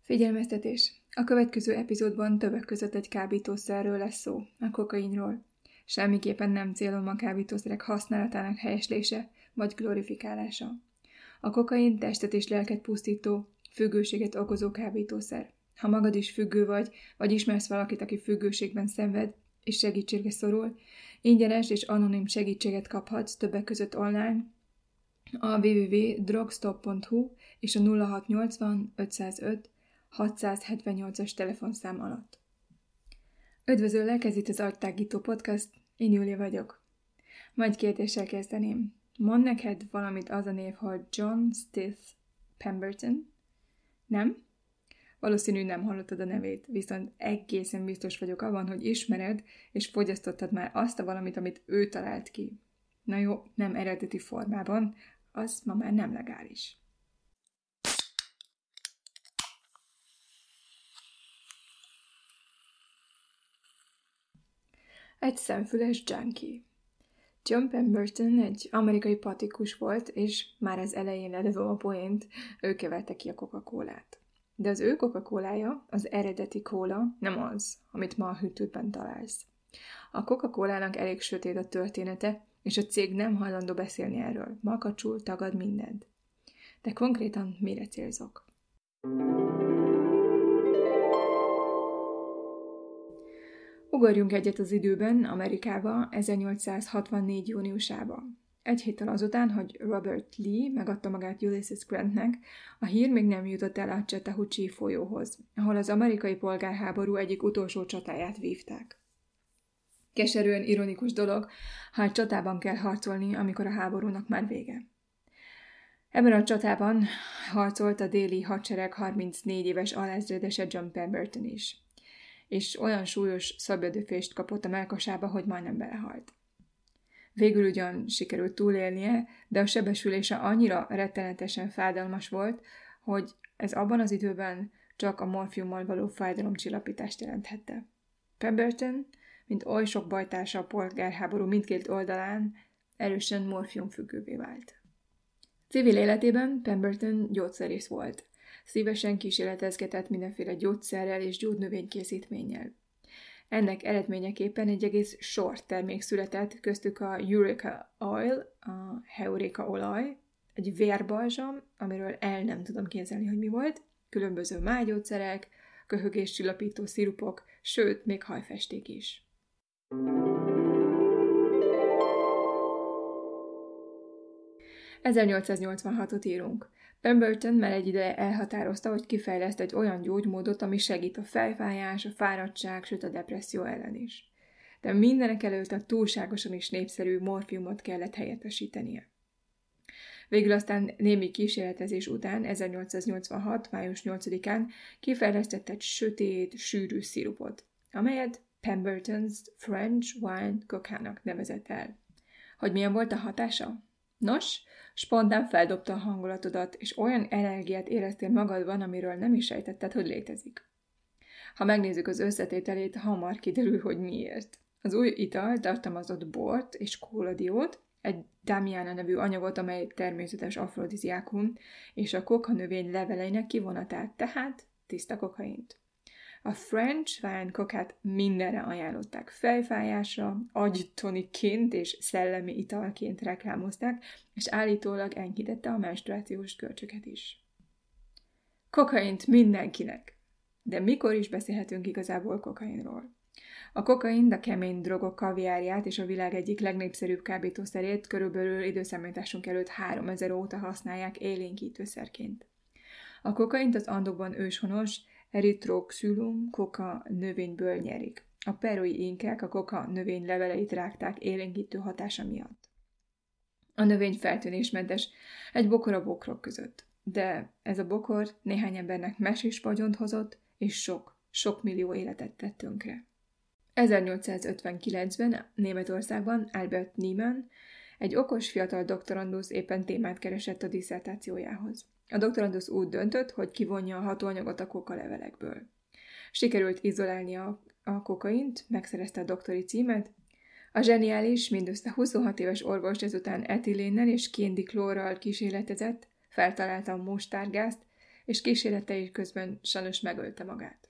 Figyelmeztetés! A következő epizódban többek között egy kábítószerről lesz szó, a kokainról. Semmiképpen nem célom a kábítószerek használatának helyeslése vagy glorifikálása. A kokain testet és lelket pusztító, függőséget okozó kábítószer. Ha magad is függő vagy ismersz valakit, aki függőségben szenved és segítségre szorul, ingyenes és anonim segítséget kaphatsz többek között online a www.drogstop.hu és a 0680 505 678-as telefonszám alatt. Üdvözöllek, ez itt az Agytágító Podcast, én Júlia vagyok. Majd kérdéssel kezdeném. Mond neked valamit az a név, hogy John Stith Pemberton? Nem? Valószínű nem hallottad a nevét, viszont egészen biztos vagyok abban, hogy ismered és fogyasztottad már azt a valamit, amit ő talált ki. Na jó, nem eredeti formában, az ma már nem legális. Egy szemfüles junkie. John Pemberton egy amerikai patikus volt, és már az elején ledobom a poént, ő keverte ki a Coca-Colát. De az ő Coca-Colája, az eredeti kóla, nem az, amit ma a hűtőben találsz. A Coca-Colának elég sötét a története, és a cég nem hajlandó beszélni erről, makacsul tagad mindent. De konkrétan mire célzok? Ugorjunk egyet az időben, Amerikába, 1864. júniusába. Egy héttel azután, hogy Robert Lee megadta magát Ulysses Grantnek, a hír még nem jutott el a Chattahoochee folyóhoz, ahol az amerikai polgárháború egyik utolsó csatáját vívták. Keserűen ironikus dolog, ha egy csatában kell harcolni, amikor a háborúnak már vége. Ebben a csatában harcolt a déli hadsereg 34 éves alezredese John Pemberton is, és olyan súlyos szabadöfést kapott a mellkasába, hogy majdnem belehalt. Végül ugyan sikerült túlélnie, de a sebesülése annyira rettenetesen fájdalmas volt, hogy ez abban az időben csak a morfiummal való fájdalomcsillapítást jelenthette. Pemberton, mint oly sok bajtársa a polgárháború mindkét oldalán, erősen morfiumfüggővé vált. Civil életében Pemberton gyógyszerész volt. Szívesen kísérletezgetett mindenféle gyógyszerrel és gyógynövénykészítménnyel. Ennek eredményeképpen egy egész sor termék született, köztük a Eureka Oil, a Heuréka olaj, egy vérbalzsam, amiről el nem tudom képzelni, hogy mi volt, különböző májgyógyszerek, köhögéscsillapító szirupok, sőt, még hajfesték is. ...1886-ot írunk. Pemberton már egy ideje elhatározta, hogy kifejleszt egy olyan gyógymódot, ami segít a fejfájás, a fáradtság, sőt a depresszió ellen is. De mindenek előtt a túlságosan is népszerű morfiumot kellett helyettesítenie. Végül aztán némi kísérletezés után 1886. május 8-án kifejlesztett egy sötét, sűrű szirupot, amelyet Pemberton's French Wine Coca-nak nevezett el. Hogy milyen volt a hatása? Nos, spontán feldobta a hangulatodat, és olyan energiát éreztél magadban, amiről nem is sejtetted, hogy létezik. Ha megnézzük az összetételét, hamar kiderül, hogy miért. Az új ital tartalmazott bort és kóladiót, egy Damiana nevű anyagot, amely természetes afrodiziákum, és a kokanövény leveleinek kivonatát, tehát tiszta kokaint. A French Wine Coca-t mindenre ajánlották. Fejfájásra, agytonikként és szellemi italként reklámozták, és állítólag enyhítette a menstruációs görcsöket is. Kokaint mindenkinek! De mikor is beszélhetünk igazából kokainról? A kokain a kemény drogok kaviárját és a világ egyik legnépszerűbb kábítószerét körülbelül időszámításunk előtt 3000 óta használják élénkítőszerként. A kokaint az Andokban őshonos Erythroxylum coca növényből nyerik. A perui inkák a coca növény leveleit rágták élénkítő hatása miatt. A növény feltűnésmentes egy bokor a bokrok között, de ez a bokor néhány embernek mesés vagyont hozott, és sok millió életet tett tönkre. 1859-ben Németországban Albert Niemann, egy okos fiatal doktorandusz éppen témát keresett a disszertációjához. A doktorandusz úgy döntött, hogy kivonja a hatóanyagot a kokalevelekből. Sikerült izolálnia a kokaint, megszerezte a doktori címet. A zseniális, mindössze 26 éves orvos ezután etilénnel és kéndiklórral kísérletezett, feltalálta a mustárgázt, és kíséretei közben sajnos megölte magát.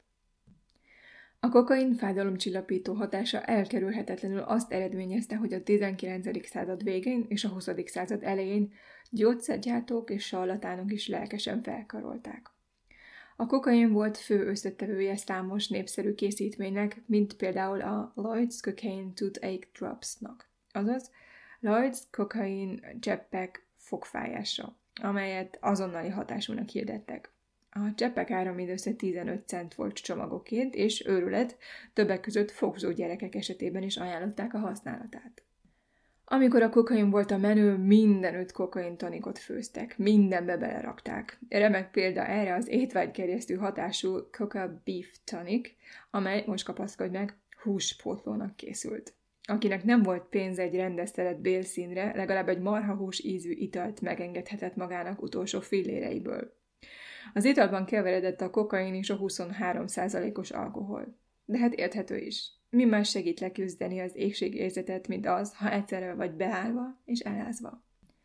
A kokain fájdalomcsillapító hatása elkerülhetetlenül azt eredményezte, hogy a 19. század végén és a 20. század elején gyógyszergyártók és sarlatánok is lelkesen felkarolták. A kokain volt fő összetevője számos népszerű készítménynek, mint például a Lloyd's Cocaine Toothache Drops-nak, azaz Lloyd's kokain cseppek fogfájásra, amelyet azonnali hatásúnak hirdettek. A cseppek ára mindössze 15 cent volt csomagoként, és őrület, többek között fogzó gyerekek esetében is ajánlották a használatát. Amikor a kokain volt a menő, mindenütt kokain tonikot főztek, mindenbe belerakták. Remek példa erre az étvágygerjesztő hatású Coca Beef Tonic, amely, most kapaszkodj meg, húspótlónak készült. Akinek nem volt pénz egy rendes szelet bélszínre, legalább egy marhahús ízű italt megengedhetett magának utolsó filléreiből. Az italban keveredett a kokain és a 23%-os alkohol. De hát érthető is. Mi más segít leküzdeni az éhségérzetet, mint az, ha egyszerre vagy beállva és elázva.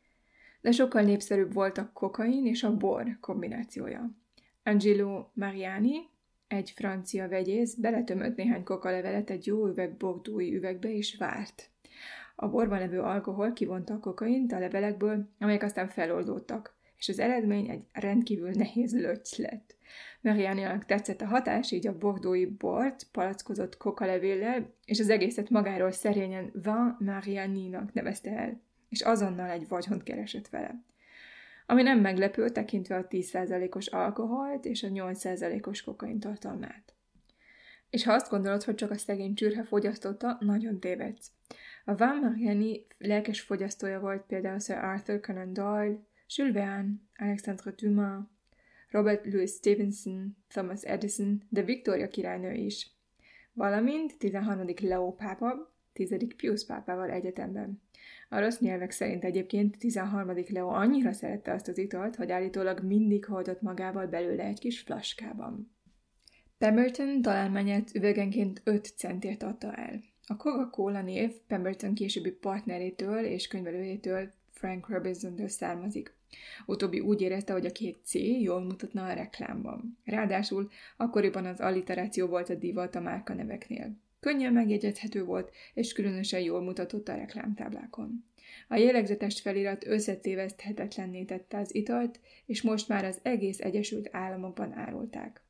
De sokkal népszerűbb volt a kokain és a bor kombinációja. Angelo Mariani, egy francia vegyész, beletömött néhány kokalevelet egy jó üveg bordeauxi üvegbe és várt. A borban levő alkohol kivonta a kokaint a levelekből, amelyek aztán feloldódtak, és az eredmény egy rendkívül nehéz löcs lett. Marianinak tetszett a hatás, így a bordeauxi bort palackozott kokalevéllel, és az egészet magáról szerényen Vin Marianinak nevezte el, és azonnal egy vagyont keresett vele. Ami nem meglepő, tekintve a 10%-os alkoholt és a 8%-os kokain tartalmát. És ha azt gondolod, hogy csak a szegény csürhe fogyasztotta, nagyon tévedsz. A Vin Mariani lelkes fogyasztója volt például Sir Arthur Conan Doyle, Jules Verne, Alexandre Dumas, Robert Louis Stevenson, Thomas Edison, de Victoria királynő is, valamint 13. Leo pápa, 10. Pius pápával egyetemben. A rossz nyelvek szerint egyébként 13. Leo annyira szerette azt az italt, hogy állítólag mindig hordott magával belőle egy kis flaskában. Pemberton találmányát üvegenként 5 centért adta el. A Coca-Cola név Pemberton későbbi partnerétől és könyvelőjétől, Frank Robinsonról származik. Utóbbi úgy érezte, hogy a 2 C jól mutatna a reklámban. Ráadásul akkoriban az alliteráció volt a divat a márkaneveknél. Könnyen megjegyezhető volt, és különösen jól mutatott a reklámtáblákon. A jellegzetes felirat összetéveszthetetlenné tette az italt, és most már az egész Egyesült Államokban árulták.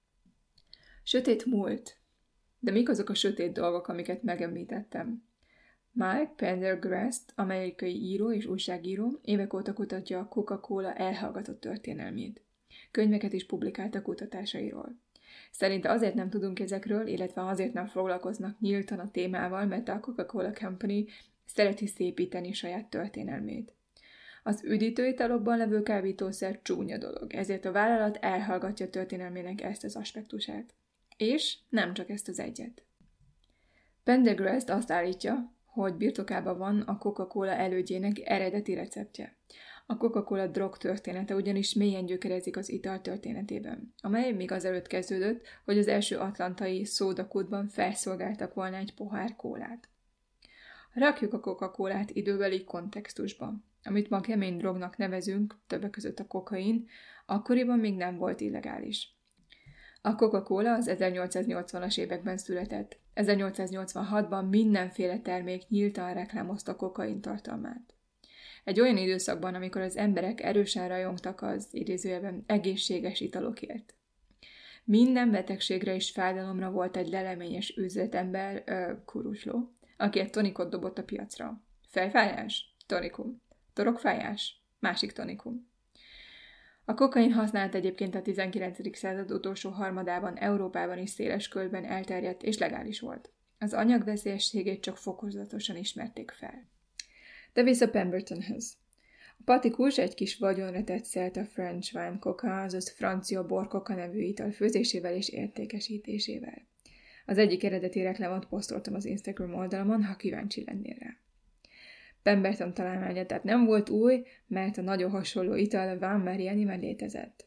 Sötét múlt. De mik azok a sötét dolgok, amiket megemlítettem? Mike Pendergrast, amerikai író és újságíró, évek óta kutatja a Coca-Cola elhallgatott történelmét. Könyveket is publikált a kutatásairól. Szerinte azért nem tudunk ezekről, illetve azért nem foglalkoznak nyíltan a témával, mert a Coca-Cola Company szereti szépíteni saját történelmét. Az üdítőitalokban levő kábítószer csúnya dolog, ezért a vállalat elhallgatja történelmének ezt az aspektusát. És nem csak ezt az egyet. Pendergrast azt állítja, hogy birtokában van a Coca-Cola elődjének eredeti receptje. A Coca-Cola drog története ugyanis mélyen gyökerezik az ital történetében, amely még azelőtt kezdődött, hogy az első atlantai szódakútban felszolgáltak volna egy pohár kólát. Rakjuk a Coca-Colát időbeli kontextusba. Amit ma kemény drognak nevezünk, többek között a kokain, akkoriban még nem volt illegális. A Coca-Cola az 1880-as években született. 1886-ban mindenféle termék nyíltan reklámozta kokain tartalmát. Egy olyan időszakban, amikor az emberek erősen rajongtak az idézőjelben egészséges italokért. Minden betegségre és fájdalomra volt egy leleményes üzletember, kurusló, aki egy tonikot dobott a piacra. Fejfájás? Tonikum. Torokfájás? Másik tonikum. A kokain használat egyébként a 19. század utolsó harmadában Európában is széles körben elterjedt és legális volt. Az anyag veszélyességét csak fokozatosan ismerték fel. De vissza Pembertonhez. A patikus egy kis vagyonra tett szert a French wine coca, azaz francia borkoka nevű ital főzésével és értékesítésével. Az egyik eredeti reklámot posztoltam az Instagram oldalamon, ha kíváncsi lennél rá. Pemberton találmánya tehát nem volt új, mert a nagyon hasonló ital a Vin Mariani már létezett.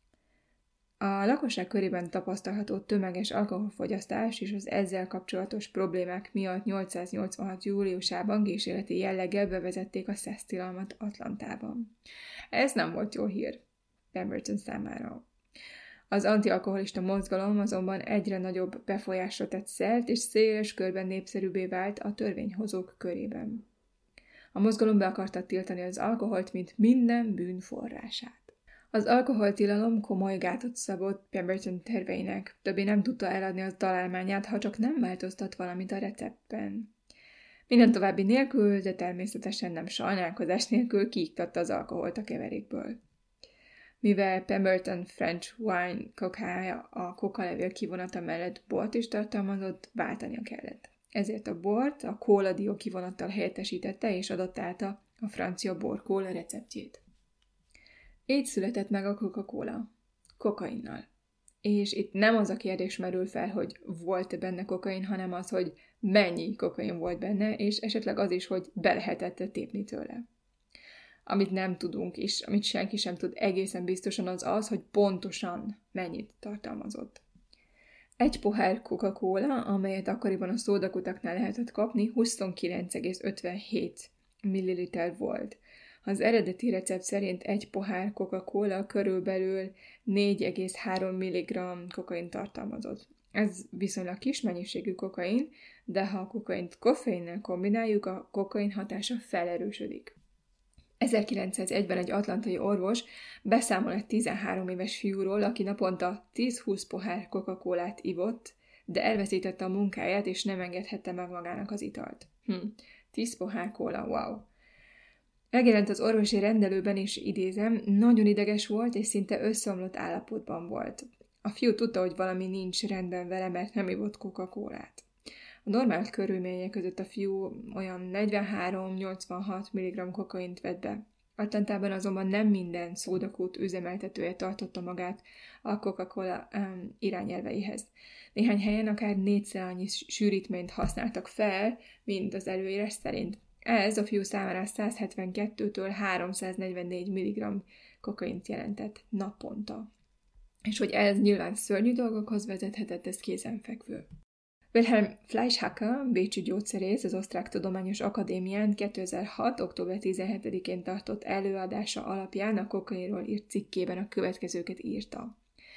A lakosság körében tapasztalható tömeges alkoholfogyasztás és az ezzel kapcsolatos problémák miatt 886. júliusában kísérleti jelleggel bevezették a szesztilalmat Atlantában. Ez nem volt jó hír. Pemberton számára. Az antialkoholista mozgalom azonban egyre nagyobb befolyásra tett szert, és széles körben népszerűbbé vált a törvényhozók körében. A mozgalom be akarta tiltani az alkoholt, mint minden bűn forrását. Az alkoholtilalom komoly gátot szabott Pemberton terveinek, többé nem tudta eladni az találmányát, ha csak nem változtat valamit a receptben. Minden további nélkül, de természetesen nem sajnálkozás nélkül kiiktatta az alkoholt a keverékből. Mivel Pemberton French wine kokája a kokalevél kivonata mellett bort is tartalmazott, váltania kellett. Ezért a bort a kóladió kivonattal helyettesítette és adott át a francia bor-kóla receptjét. Így született meg a Coca-Cola. Kokainnal. És itt nem az a kérdés merül fel, hogy volt-e benne kokain, hanem az, hogy mennyi kokain volt benne, és esetleg az is, hogy be lehetett tépni tőle. Amit nem tudunk, és amit senki sem tud egészen biztosan, az az, hogy pontosan mennyit tartalmazott. Egy pohár Coca-Cola, amelyet akkoriban a szódakutaknál lehetett kapni, 29,57 ml volt. Az eredeti recept szerint egy pohár Coca-Cola körülbelül 4,3 mg kokain tartalmazott. Ez viszonylag kis mennyiségű kokain, de ha a kokaint koffeinnel kombináljuk, a kokain hatása felerősödik. 1901-ben egy atlantai orvos beszámol egy 13 éves fiúról, aki naponta 10-20 pohár Coca-Colát ivott, de elveszítette a munkáját, és nem engedhette meg magának az italt. 10 pohár kóla, wow! Megjelent az orvosi rendelőben, és idézem, nagyon ideges volt, és szinte összeomlott állapotban volt. A fiú tudta, hogy valami nincs rendben vele, mert nem ivott Coca-Colát. A normál körülmények között a fiú olyan 43-86 mg kokaint vett be. Atlantában azonban nem minden szódakút üzemeltetője tartotta magát a Coca-Cola irányelveihez. Néhány helyen akár 4-szer annyi sűrítményt használtak fel, mint az előírás szerint. Ez a fiú számára 172-től 344 mg kokaint jelentett naponta. És hogy ez nyilván szörnyű dolgokhoz vezethetett, ez kézenfekvő. Wilhelm Fleischhacker, bécsi gyógyszerész, az Osztrák Tudományos Akadémián 2006. október 17-én tartott előadása alapján a kokainról írt cikkében a következőket írta.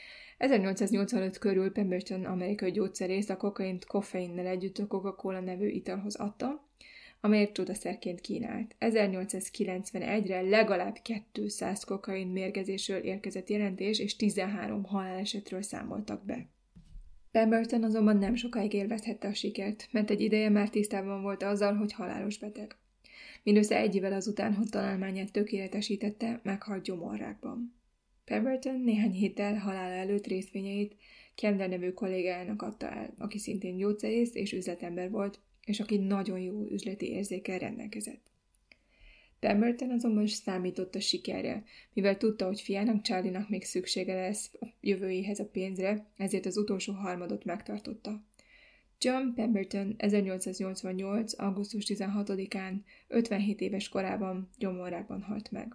1885 körül Pemberton amerikai gyógyszerész a kokaint koffeinnel együtt a Coca-Cola nevű italhoz adta, amelyet csodaszerként kínált. 1891-re legalább 200 kokain mérgezésről érkezett jelentés, és 13 halálesetről számoltak be. Pemberton azonban nem sokáig élvezhette a sikert, mert egy ideje már tisztában volt azzal, hogy halálos beteg. Mindössze egy évvel azután, hogy találmányát tökéletesítette, meghalt gyomorrákban. Pemberton néhány héttel halála előtt részvényeit Kendall nevű kollégájának adta el, aki szintén gyógyszerész és üzletember volt, és aki nagyon jó üzleti érzékkel rendelkezett. Pemberton azonban számított a sikerre, mivel tudta, hogy fiának, Charlie-nak még szüksége lesz a jövőjéhez a pénzre, ezért az utolsó harmadot megtartotta. John Pemberton 1888. augusztus 16-án 57 éves korában gyomorrákban halt meg.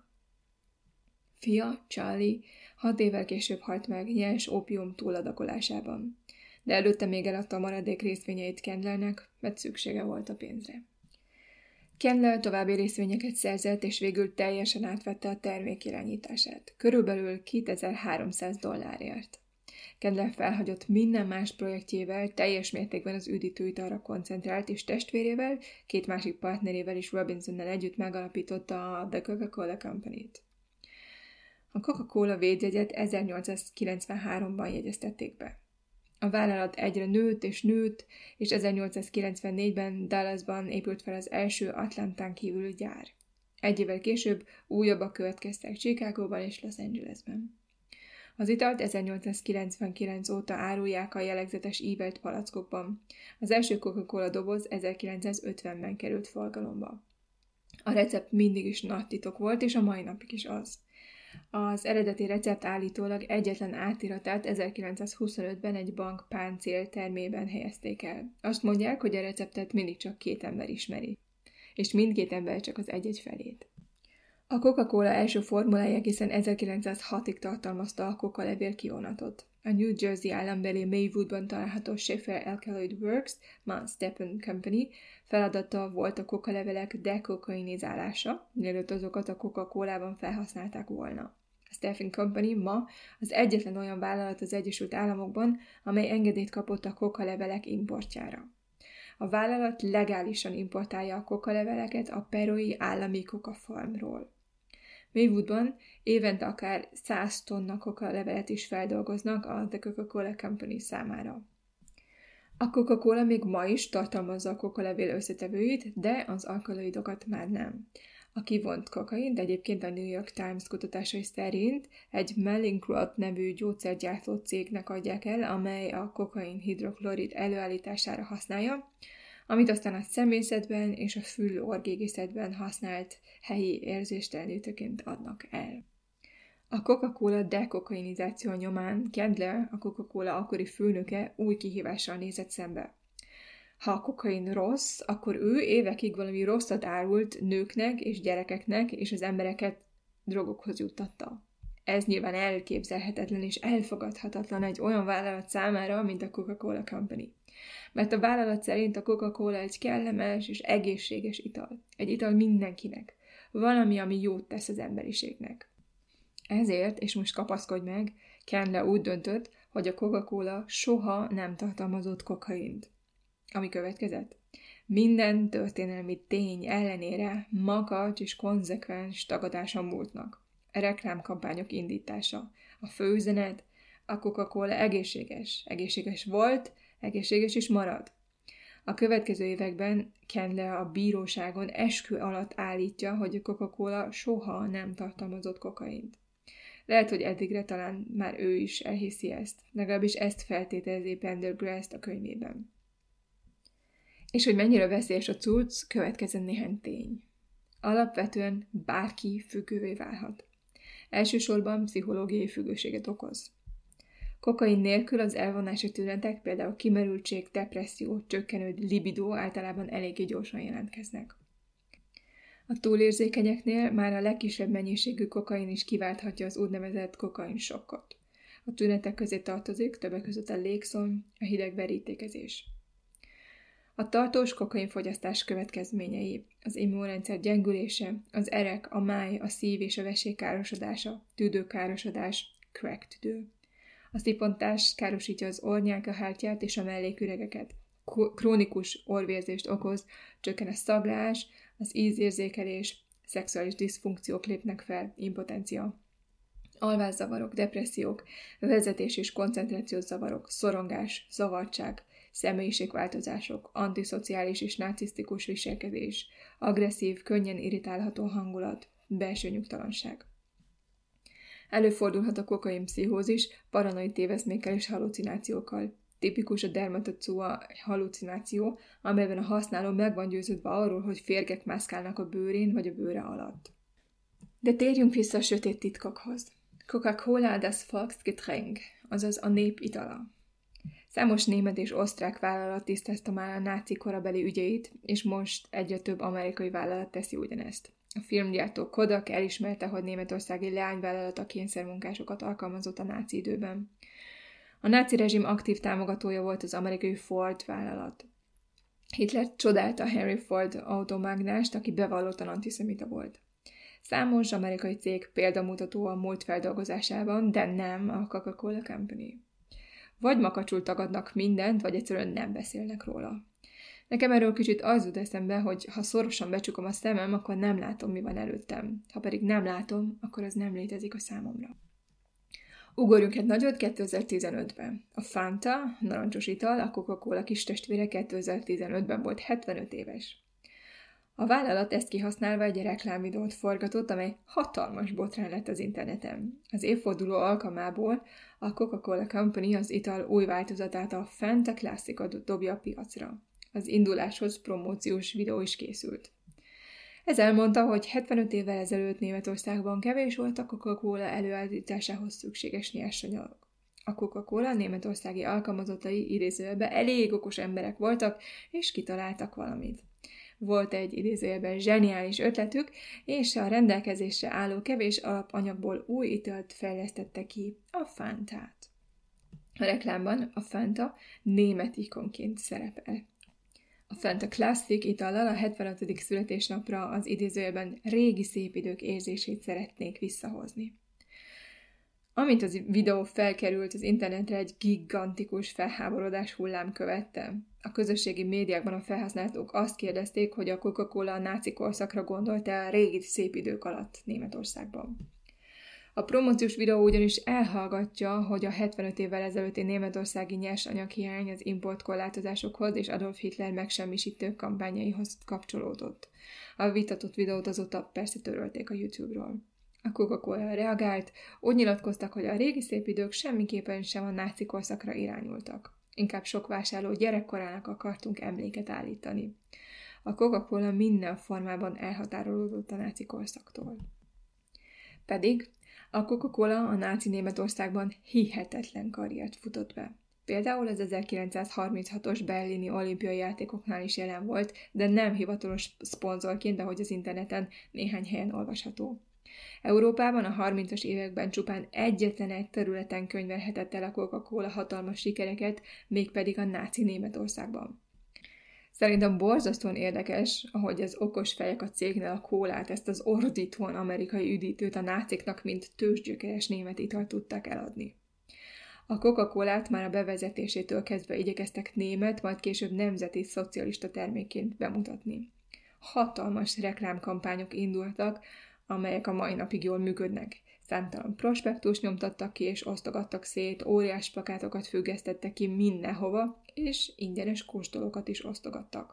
Fia, Charlie 6 évvel később halt meg nyers ópium túladakolásában, de előtte még eladta a maradék részvényeit Kendallnek, mert szüksége volt a pénzre. Kendall további részvényeket szerzett, és végül teljesen átvette a termék irányítását, körülbelül $2300. Kendall felhagyott minden más projektjével, teljes mértékben az üdítőitalra koncentrált, és testvérével, 2 másik partnerével és Robinsonnal együtt megalapította a The Coca-Cola Company-t. A Coca-Cola védjegyet 1893-ban jegyeztették be. A vállalat egyre nőtt, és 1894-ben Dallasban épült fel az első Atlantán kívüli gyár. Egy évvel később újabbak következtek Chicagóban és Los Angelesben. Az italt 1899 óta árulják a jellegzetes ívelt palackokban. Az első Coca-Cola doboz 1950-ben került forgalomba. A recept mindig is nagy titok volt, és a mai napig is az. Az eredeti recept állítólag egyetlen átiratát 1925-ben egy bank páncél termében helyezték el. Azt mondják, hogy a receptet mindig csak 2 ember ismeri, és mindkét ember csak az egy-egy felét. A Coca-Cola első formulája egészen 1906-ig tartalmazta a kokalevél kivonatot. A New Jersey állambeli Maywoodban található Schaefer Alkaloid Works, Ma Stepan Company feladata volt a kokalevelek dekokainizálása, mielőtt azokat a Coca-Colában felhasználták volna. A Staffing Company ma az egyetlen olyan vállalat az Egyesült Államokban, amely engedélyt kapott a kokalevelek importjára. A vállalat legálisan importálja a kokaleveleket a perui állami kokafarmról. Maywoodban évente akár 100 tonna kokalevelet is feldolgoznak a The Coca-Cola Company számára. A Coca-Cola még ma is tartalmazza a kokalevél összetevőit, de az alkaloidokat már nem. A kivont kokaint egyébként a New York Times kutatásai szerint egy Mallinckrodt nevű gyógyszergyártó cégnek adják el, amely a kokain hidroklorid előállítására használja, amit aztán a szemészetben és a fül-orrgégészetben használt helyi érzéstelenítőként adnak el. A Coca-Cola dekokainizáció nyomán Candler, a Coca-Cola akkori főnöke új kihívással nézett szembe. Ha a kokain rossz, akkor ő évekig valami rosszat árult nőknek és gyerekeknek, és az embereket drogokhoz juttatta. Ez nyilván elképzelhetetlen és elfogadhatatlan egy olyan vállalat számára, mint a Coca-Cola Company. Mert a vállalat szerint a Coca-Cola egy kellemes és egészséges ital. Egy ital mindenkinek. Valami, ami jót tesz az emberiségnek. Ezért, és most kapaszkodj meg, Candler úgy döntött, hogy a Coca-Cola soha nem tartalmazott kokaint. Ami következett? Minden történelmi tény ellenére makacs és konzekvens tagadása múltnak. A reklámkampányok indítása. A főüzenet, a Coca-Cola egészséges. Egészséges volt, egészséges is marad. A következő években Candler a bíróságon eskü alatt állítja, hogy a Coca-Cola soha nem tartalmazott kokaint. Lehet, hogy eddigre talán már ő is elhiszi ezt, legalábbis ezt feltételezi Pendergrast a könyvében. És hogy mennyire veszélyes a cucc, következzen néhány tény. Alapvetően bárki függővé válhat. Elsősorban pszichológiai függőséget okoz. Kokain nélkül az elvonási tünetek, például kimerültség, depresszió, csökkenő libido általában eléggé gyorsan jelentkeznek. A túlérzékenyeknél már a legkisebb mennyiségű kokain is kiválthatja az úgynevezett kokainsokkot. A tünetek közé tartozik többek között a légszomj, a hideg verítékezés. A tartós kokainfogyasztás következményei, az immunrendszer gyengülése, az erek, a máj, a szív és a vesély károsodása, tüdőkárosodás, crack tüdő. A szipontás károsítja az orrnyálkahártyát és a melléküregeket. Krónikus orrvérzést okoz, csökken a szaglás, az ízérzékelés, szexuális diszfunkciók lépnek fel, impotencia. Alvászavarok, depressziók, vezetés- és koncentrációs zavarok, szorongás, zavartság, személyiségváltozások, antiszociális és narcisztikus viselkedés, agresszív, könnyen irritálható hangulat, belső nyugtalanság. Előfordulhat a kokain pszichózis, paranoid téveszmékkel és hallucinációkkal. Tipikus a dermatozua hallucináció, amelyben a használó meg van győződve arról, hogy férgek mászkálnak a bőrén vagy a bőre alatt. De térjünk vissza a sötét titkokhoz. Coca-Cola das Volksgetränk, azaz a nép itala. Számos német és osztrák vállalat tisztázta már a náci korabeli ügyeit, és most egyre több amerikai vállalat teszi ugyanezt. A filmgyártó Kodak elismerte, hogy németországi leányvállalat a kényszermunkásokat alkalmazott a náci időben. A náci rezsim aktív támogatója volt az amerikai Ford vállalat. Hitler csodálta Henry Ford automagnást, aki bevallottan antiszemita volt. Számos amerikai cég példamutató a múlt feldolgozásában, de nem a Coca-Cola Company. Vagy makacsul tagadnak mindent, vagy egyszerűen nem beszélnek róla. Nekem erről kicsit az jut eszembe, hogy ha szorosan becsukom a szemem, akkor nem látom, mi van előttem. Ha pedig nem látom, akkor az nem létezik a számomra. Ugorjunk egy nagyot 2015-ben. A Fanta, narancsos ital, a Coca-Cola kis testvére 2015-ben volt 75 éves. A vállalat ezt kihasználva egy reklámvideót forgatott, amely hatalmas botrány lett az interneten. Az évforduló alkalmából a Coca-Cola Company az ital új változatát, a Fanta Classic-ot dobja a piacra. Az induláshoz promóciós videó is készült. Ez elmondta, hogy 75 évvel ezelőtt Németországban kevés volt a Coca-Cola előállításához szükséges nyersanyag. A Coca-Cola németországi alkalmazottai idézőjelben elég okos emberek voltak, és kitaláltak valamit. Volt egy idézőjelben zseniális ötletük, és a rendelkezésre álló kevés alapanyagból új italt fejlesztette ki, a Fantát. A reklámban a Fanta német ikonként szerepel. A Fanta Classic itallal a 75. születésnapra az idézőjelben régi szép idők érzését szeretnék visszahozni. Amint az videó felkerült az internetre, egy gigantikus felháborodás hullám követte. A közösségi médiákban a felhasználók azt kérdezték, hogy a Coca-Cola a náci korszakra gondolt-e a régi szép idők alatt Németországban. A promóciós videó ugyanis elhallgatja, hogy a 75 évvel ezelőtti németországi nyersanyaghiány az importkorlátozásokhoz és Adolf Hitler megsemmisítő kampányaihoz kapcsolódott. A vitatott videót azóta persze törölték a YouTube-ról. A Coca-Cola reagált, úgy nyilatkoztak, hogy a régi szép idők semmiképpen sem a náci korszakra irányultak. Inkább sok vásárló gyerekkorának akartunk emléket állítani. A Coca-Cola minden formában elhatárolódott a náci korszaktól. Pedig a Coca-Cola a náci Németországban hihetetlen karriert futott be. Például az 1936-os berlini olimpiai játékoknál is jelen volt, de nem hivatalos szponzorként, ahogy az interneten néhány helyen olvasható. Európában a 30-as években csupán egyetlen egy területen könyvelhetett el a Coca-Cola hatalmas sikereket, mégpedig a náci Németországban. Szerintem borzasztóan érdekes, ahogy az okos fejek a cégnél a kólát, ezt az ordítóan amerikai üdítőt a náciknak, mint tőzsgyökeres német italt tudták eladni. A Coca-Colát már a bevezetésétől kezdve igyekeztek német, majd később nemzeti szocialista termékként bemutatni. Hatalmas reklámkampányok indultak, amelyek a mai napig jól működnek. Számtalan prospektust nyomtattak ki és osztogattak szét, óriás plakátokat függesztettek ki mindenhova, és ingyenes kóstolókat is osztogattak.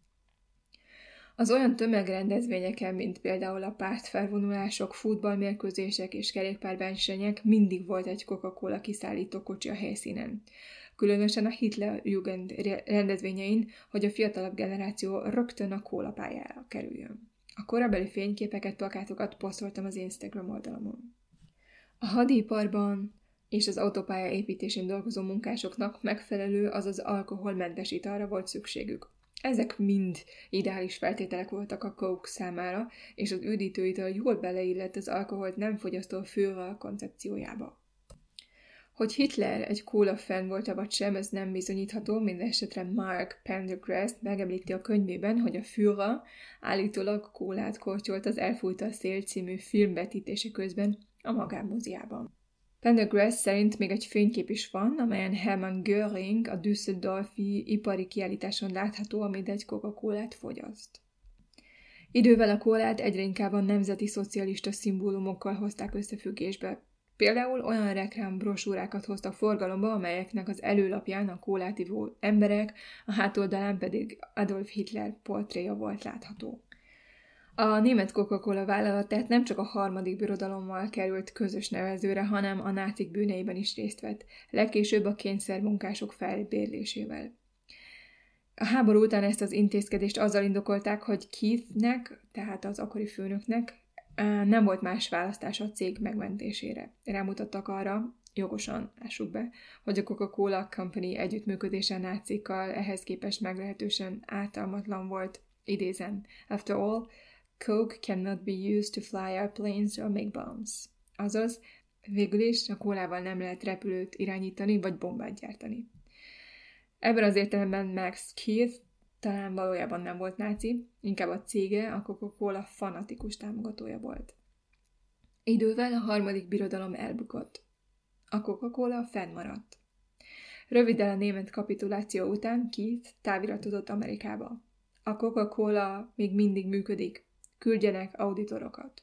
Az olyan tömegrendezvényeken, mint például a pártfelvonulások, futballmérkőzések és kerékpárversenyek, mindig volt egy Coca-Cola kiszállító kocsi a helyszínen. Különösen a Hitlerjugend rendezvényein, hogy a fiatalabb generáció rögtön a kólapályára kerüljön. A korabeli fényképeket, plakátokat posztoltam az Instagram oldalamon. A hadiiparban és az autópálya építésén dolgozó munkásoknak megfelelő, azaz alkoholmentes italra volt szükségük. Ezek mind ideális feltételek voltak a Coke számára, és az üdítőital jól beleillett az alkoholt nem fogyasztó Führer koncepciójába. Hogy Hitler egy kóla fan volt-e vagy sem, ez nem bizonyítható, mindesetre Mark Pendergrast megemlíti a könyvében, hogy a Führer állítólag kólát kortyolt az Elfújta a szél című film vetítése közben a magánmoziában. Pendergrast szerint még egy fénykép is van, amelyen Hermann Göring a Düsseldorfi ipari kiállításon látható, amit egy Coca-Colát fogyaszt. Idővel a kólát egyre inkább a nemzeti szocialista szimbólumokkal hozták összefüggésbe. Például olyan reklámbrosúrákat hoztak forgalomba, amelyeknek az előlapján a kólát ivó emberek, a hátoldalán pedig Adolf Hitler portréja volt látható. A német Coca-Cola vállalat tehát nem csak a harmadik birodalommal került közös nevezőre, hanem a nácik bűneiben is részt vett, legkésőbb a kényszermunkások felbérlésével. A háború után ezt az intézkedést azzal indokolták, hogy Keithnek, tehát az akkori főnöknek, nem volt más választása a cég megmentésére. Rámutattak arra, jogosan lássuk be, hogy a Coca-Cola Company együttműködése a nácikkal ehhez képest meglehetősen ártalmatlan volt. Idézem, after all, Coke cannot be used to fly airplanes or make bombs. Azaz, végül is a kólával nem lehet repülőt irányítani vagy bombát gyártani. Ebben az értelemben Max Keith talán valójában nem volt náci, inkább a cége a Coca-Cola fanatikus támogatója volt. Idővel a harmadik birodalom elbukott. A Coca-Cola fennmaradt. Röviddel a német kapituláció után Keith táviratozott Amerikába. A Coca-Cola még mindig működik. Küldjenek auditorokat.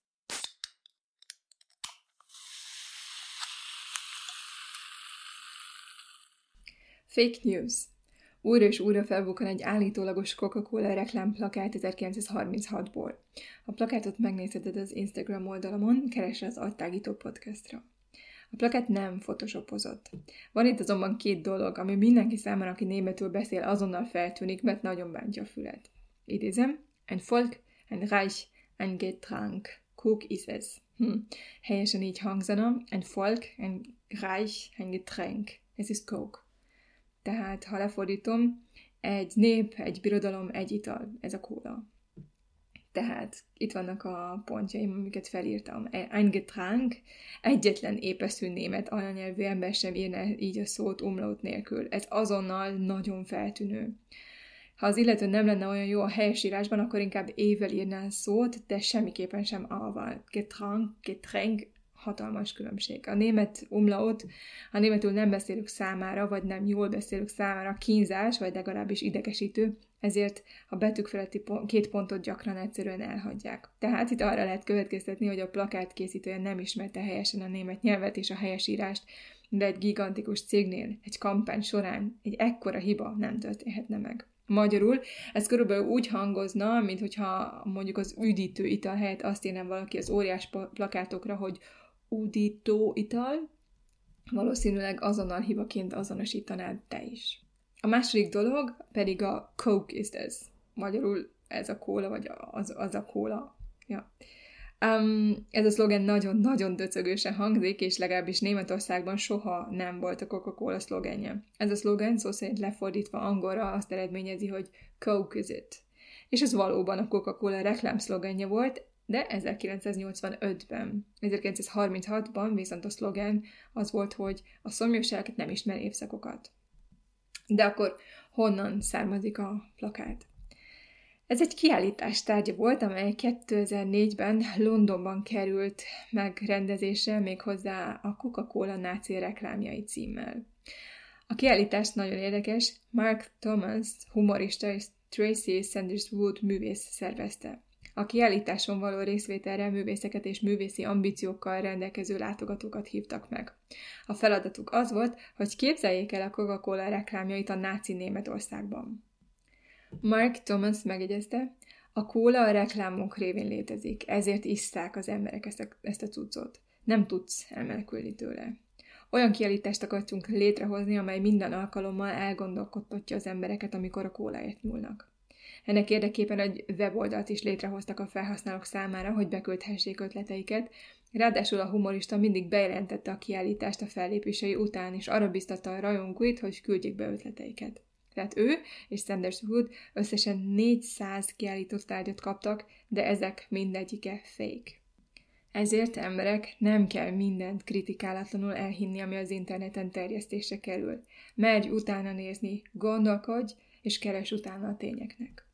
Fake news. Újra és újra felbukkan egy állítólagos Coca-Cola reklámplakát 1936-ból. A plakátot megnézheted az Instagram oldalamon, keresd az Agytágító podcastra. A plakát nem photoshopozott. Van itt azonban két dolog, ami mindenki számára, aki németül beszél, azonnal feltűnik, mert nagyon bántja a fület. Idézem, ein Volk, ein Reich, ein Getränk. Coke ist es. Helyesen így hangzana, ein Volk, ein Reich, ein Getränk. Ez is Coke. Tehát, ha lefordítom, egy nép, egy birodalom, egy ital. Ez a kóla. Tehát itt vannak a pontjaim, amiket felírtam. Ein Getränk, egyetlen épeszű német anyanyelvű ember sem írná így a szót umlaut nélkül. Ez azonnal nagyon feltűnő. Ha az illető nem lenne olyan jó a helyesírásban, akkor inkább ével írná a szót, de semmiképpen sem alval. Getränk, Getränk hatalmas különbség. A német umlaut a németül nem beszélők számára, vagy nem jól beszélők számára kínzás, vagy legalábbis idegesítő, ezért a betűk feletti 2 pontot gyakran egyszerűen elhagyják. Tehát itt arra lehet következtetni, hogy a plakát készítője nem ismerte helyesen a német nyelvet és a helyesírást, de egy gigantikus cégnél, egy kampány során egy ekkora hiba nem történhetne meg. Magyarul ez körülbelül úgy hangozna, mint hogyha mondjuk az üdítő ital helyett azt írnám valaki az óriás plakátokra, hogy üdítő ital, valószínűleg azonnal hibaként azonosítanád te is. A második dolog pedig a Coke is this. Magyarul ez a kóla, vagy az a kóla. Ja. Ez a szlogen nagyon-nagyon döcögősen hangzik, és legalábbis Németországban soha nem volt a Coca-Cola szlogenje. Ez a szlogen szó szerint lefordítva angolra azt eredményezi, hogy Coke is it. És ez valóban a Coca-Cola reklám szlogenje volt, de 1985-ben. 1936-ban viszont a szlogen az volt, hogy a szomjúság nem ismer évszakokat. De akkor honnan származik a plakát? Ez egy kiállítás tárgya volt, amely 2004-ben Londonban került megrendezésre, méghozzá a Coca-Cola náci reklámjai címmel. A kiállítás nagyon érdekes, Mark Thomas humorista és Tracy Sanders Wood művész szervezte. A kiállításon való részvételre művészeket és művészi ambíciókkal rendelkező látogatókat hívtak meg. A feladatuk az volt, hogy képzeljék el a Coca-Cola reklámjait a náci Németországban. Mark Thomas megjegyezte, a kóla a reklámok révén létezik, ezért isszák az emberek ezt a cuccot. Nem tudsz elmenekülni tőle. Olyan kiállítást akartunk létrehozni, amely minden alkalommal elgondolkodtatja az embereket, amikor a kóláért nyúlnak. Ennek érdekében egy weboldalt is létrehoztak a felhasználók számára, hogy beküldhessék ötleteiket, ráadásul a humorista mindig bejelentette a kiállítást a fellépései után, és arra biztatta a rajongóit, hogy küldjék be ötleteiket. Tehát ő és Sanders Wood összesen 400 kiállított tárgyat kaptak, de ezek mindegyike fake. Ezért emberek nem kell mindent kritikálatlanul elhinni, ami az interneten terjesztésre kerül. Merj utána nézni, gondolkodj, és keres utána a tényeknek.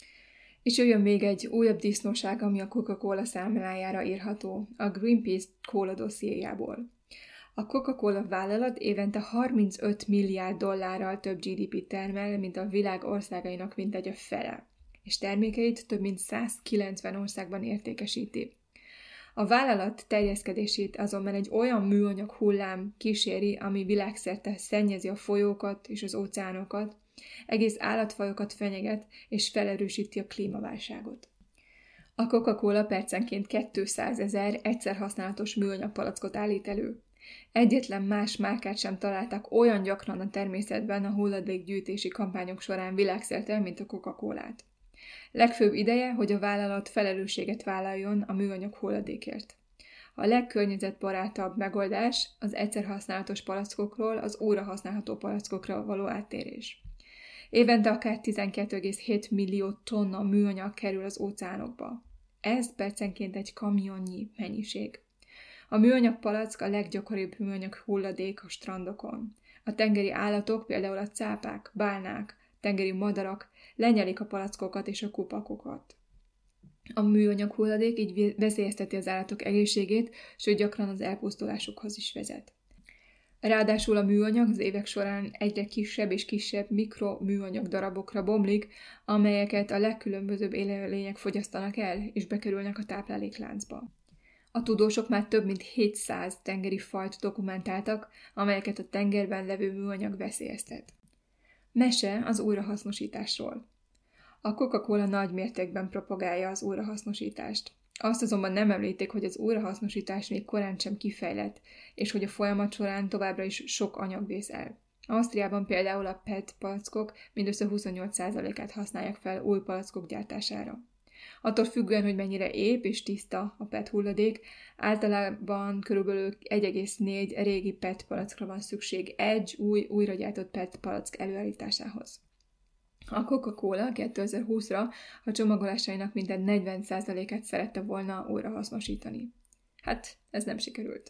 És jöjjön még egy újabb disznóság, ami a Coca-Cola számlájára írható, a Greenpeace Cola dossziéjából. A Coca-Cola vállalat évente 35 milliárd dollárral több GDP-t termel, mint a világ országainak mintegy a fele, és termékeit több mint 190 országban értékesíti. A vállalat terjeszkedését azonban egy olyan műanyag hullám kíséri, ami világszerte szennyezi a folyókat és az óceánokat, egész állatfajokat fenyeget és felerősíti a klímaválságot. A Coca-Cola percenként 200 000 egyszer használatos műanyag palackot állít elő. Egyetlen más márkát sem találtak olyan gyakran a természetben a hulladékgyűjtési kampányok során világszerte, mint a Coca-Colát. Legfőbb ideje, hogy a vállalat felelősséget vállaljon a műanyag hulladékért. A legkörnyezetbarátabb megoldás az egyszer használatos palackokról az újra használható palackokra való áttérés. Évente akár 12,7 millió tonna műanyag kerül az óceánokba. Ez percenként egy kamionnyi mennyiség. A műanyag palack a leggyakoribb műanyag hulladék a strandokon. A tengeri állatok, például a cápák, bálnák, tengeri madarak lenyelik a palackokat és a kupakokat. A műanyag hulladék így veszélyezteti az állatok egészségét, sőt gyakran az elpusztulásukhoz is vezet. Ráadásul a műanyag az évek során egyre kisebb és kisebb mikroműanyag darabokra bomlik, amelyeket a legkülönbözőbb élőlények fogyasztanak el, és bekerülnek a táplálékláncba. A tudósok már több mint 700 tengeri fajt dokumentáltak, amelyeket a tengerben levő műanyag veszélyeztet. Mese az újrahasznosításról. A Coca-Cola nagy mértékben propagálja az újrahasznosítást. Azt azonban nem említik, hogy az újrahasznosítás még korán sem kifejlett, és hogy a folyamat során továbbra is sok anyag vész el. Ausztriában például a PET palackok mindössze 28%-át használják fel új palackok gyártására. Attól függően, hogy mennyire ép és tiszta a PET hulladék, általában körülbelül 1,4 régi PET palackra van szükség egy újra gyártott PET palack előállításához. A Coca-Cola 2020-ra a csomagolásainak minden 40%-át szerette volna újrahasznosítani. Hát, ez nem sikerült.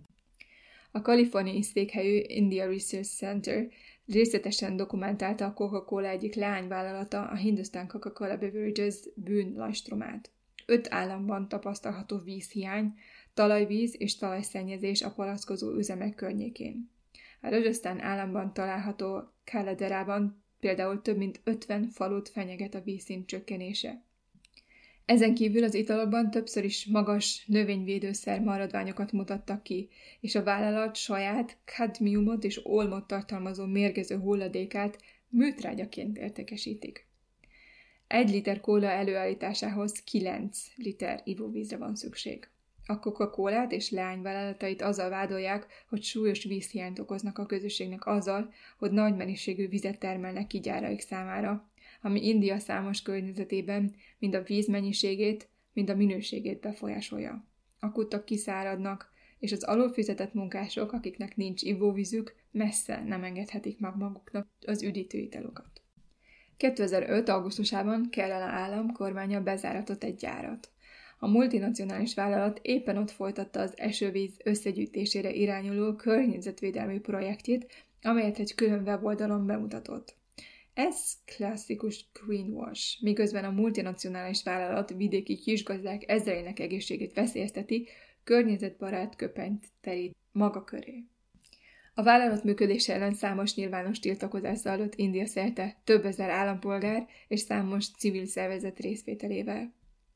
A kaliforniai székhelyű India Research Center részletesen dokumentálta a Coca-Cola egyik leányvállalata, a Hindustan Coca-Cola Beverages bűnlajstromát. 5 államban tapasztalható vízhiány, talajvíz és talajszennyezés a palackozó üzemek környékén. A Rajasztán államban található Kaladerában például több mint 50 falut fenyeget a vízszint csökkenése. Ezen kívül az italokban többször is magas növényvédőszer maradványokat mutattak ki, és a vállalat saját kadmiumot és olmot tartalmazó mérgező hulladékát műtrágyaként értékesítik. 1 liter kóla előállításához 9 liter ivóvízre van szükség. A Coca-Colát és leányvállalatait azzal vádolják, hogy súlyos vízhiányt okoznak a közösségnek azzal, hogy nagy mennyiségű vizet termelnek ki gyáraik számára, ami India számos környezetében mind a víz mennyiségét, mind a minőségét befolyásolja. A kutak kiszáradnak, és az alulfizetett munkások, akiknek nincs ivóvízük, messze nem engedhetik meg maguknak az üdítő italokat. 2005. augusztusában Kerala állam kormánya bezáratott egy gyárat. A multinacionális vállalat éppen ott folytatta az esővíz összegyűjtésére irányuló környezetvédelmi projektjét, amelyet egy külön weboldalon bemutatott. Ez klasszikus greenwash, miközben a multinacionális vállalat vidéki kisgazdák ezreinek egészségét veszélyezteti, környezetbarát köpenyt terít maga köré. A vállalat működése ellen számos nyilvános tiltakozás zajlott India szerte több ezer állampolgár és számos civil szervezet részvételével.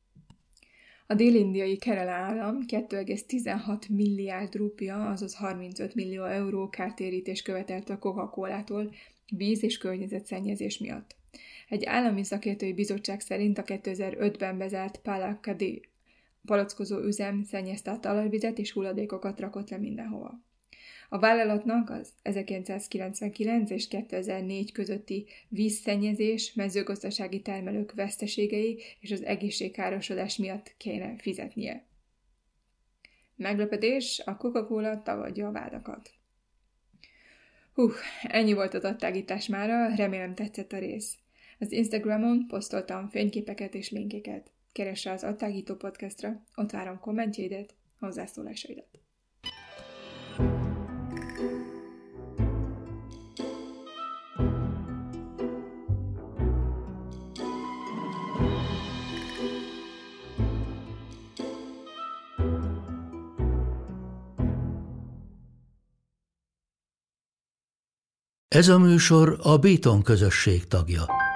A dél-indiai Kerala állam 2,16 milliárd rupia, azaz 35 millió euró kártérítést követelt a Coca-Colától víz- és környezetszennyezés miatt. Egy állami szakértői bizottság szerint a 2005-ben bezárt Palakkadi palackozó üzem szennyezte a talajvizet és hulladékokat rakott le mindenhova. A vállalatnak az 1999 és 2004 közötti vízszennyezés, mezőgazdasági termelők veszteségei és az egészségkárosodás miatt kéne fizetnie. Meglepetés, a Coca-Cola tagadja a vádakat. Ennyi volt az adtágítás mára, remélem tetszett a rész. Az Instagramon posztoltam fényképeket és linkeket. Keresse az Adtágító podcastra, ott várom kommentjeidet, hozzászólásaidat. Ez a műsor a Béton közösség tagja.